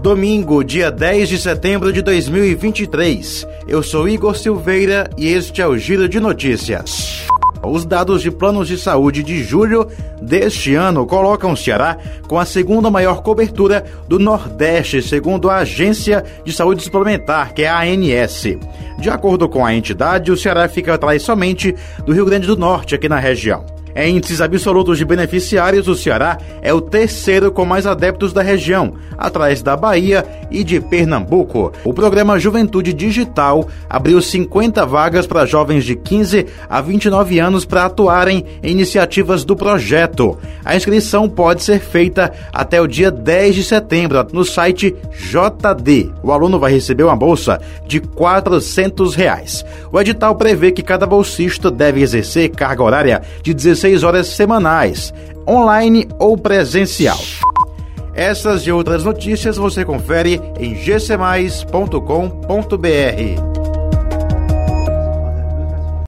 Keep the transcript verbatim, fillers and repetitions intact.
Domingo, dia dez de setembro de dois mil e vinte e três. Eu sou Igor Silveira e este é o Giro de Notícias. Os dados de planos de saúde de julho deste ano colocam o Ceará com a segunda maior cobertura do Nordeste, segundo a Agência de Saúde Suplementar, que é a ANS. De acordo com a entidade, o Ceará fica atrás somente do Rio Grande do Norte, aqui na região. Em índices absolutos de beneficiários, o Ceará é o terceiro com mais adeptos da região, atrás da Bahia e de Pernambuco. O programa Juventude Digital abriu cinquenta vagas para jovens de quinze a vinte e nove anos para atuarem em iniciativas do projeto. A inscrição pode ser feita até o dia dez de setembro no site J D. O aluno vai receber uma bolsa de quatrocentos reais. O edital prevê que cada bolsista deve exercer carga horária de dezesseis horas semanais, online ou presencial. Essas e outras notícias você confere em g c mais ponto com ponto b r.